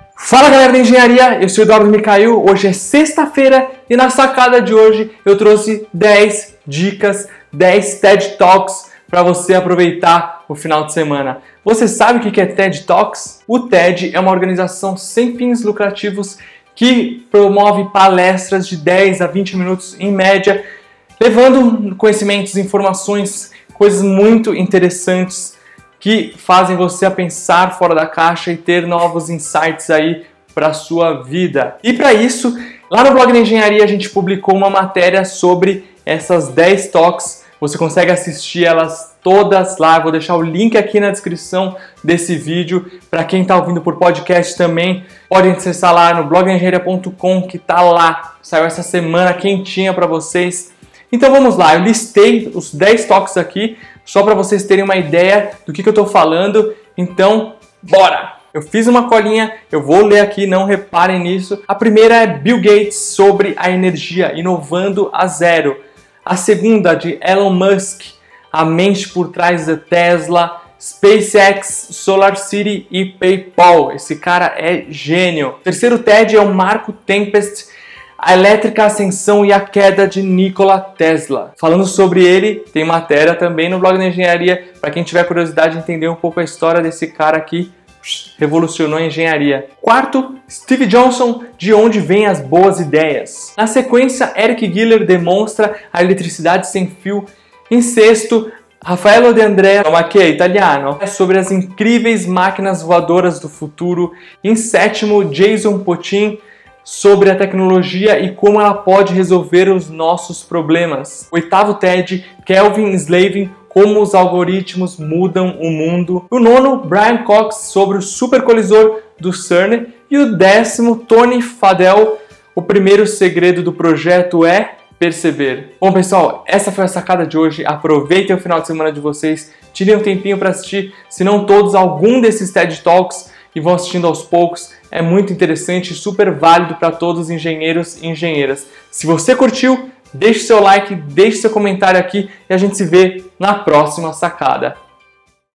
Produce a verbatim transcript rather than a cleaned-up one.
Fala galera da engenharia, eu sou o Eduardo Micael, hoje é sexta-feira e na sacada de hoje eu trouxe dez dicas, dez TED Talks para você aproveitar o final de semana. Você sabe o que é TED Talks? O TED é uma organização sem fins lucrativos que promove palestras de dez a vinte minutos em média, levando conhecimentos, informações, coisas muito interessantes que fazem você a pensar fora da caixa e ter novos insights aí para a sua vida. E para isso, lá no blog da engenharia a gente publicou uma matéria sobre essas dez talks. Você consegue assistir elas todas lá. Vou deixar o link aqui na descrição desse vídeo. Para quem está ouvindo por podcast também, pode acessar lá no blog da engenharia ponto com, que está lá. Saiu essa semana quentinha para vocês. Então vamos lá, eu listei os dez talks aqui, só para vocês terem uma ideia do que, que eu estou falando. Então, bora! Eu fiz uma colinha, eu vou ler aqui, não reparem nisso. A primeira é Bill Gates sobre a energia, inovando a zero. A segunda, de Elon Musk, a mente por trás da Tesla, SpaceX, SolarCity e PayPal. Esse cara é gênio. O terceiro TED é o Marco Tempest, a elétrica ascensão e a queda de Nikola Tesla. Falando sobre ele, tem matéria também no blog da engenharia, para quem tiver curiosidade de entender um pouco a história desse cara que revolucionou a engenharia. Quarto, Steve Johnson, de onde vêm as boas ideias. Na sequência, Eric Giller demonstra a eletricidade sem fio. Em sexto, Raffaello De Andrea, que é italiano, é sobre as incríveis máquinas voadoras do futuro. Em sétimo, Jason Potin, sobre a tecnologia e como ela pode resolver os nossos problemas. Oitavo TED, Kelvin Slavin, como os algoritmos mudam o mundo. O nono, Brian Cox, sobre o supercolisor do CERN. E o décimo, Tony Fadell, o primeiro segredo do projeto é perceber. Bom pessoal, essa foi a sacada de hoje. Aproveitem o final de semana de vocês, tirem um tempinho para assistir, se não todos, algum desses TED Talks, e vão assistindo aos poucos. É muito interessante e super válido para todos os engenheiros e engenheiras. Se você curtiu, deixe seu like, deixe seu comentário aqui e a gente se vê na próxima sacada.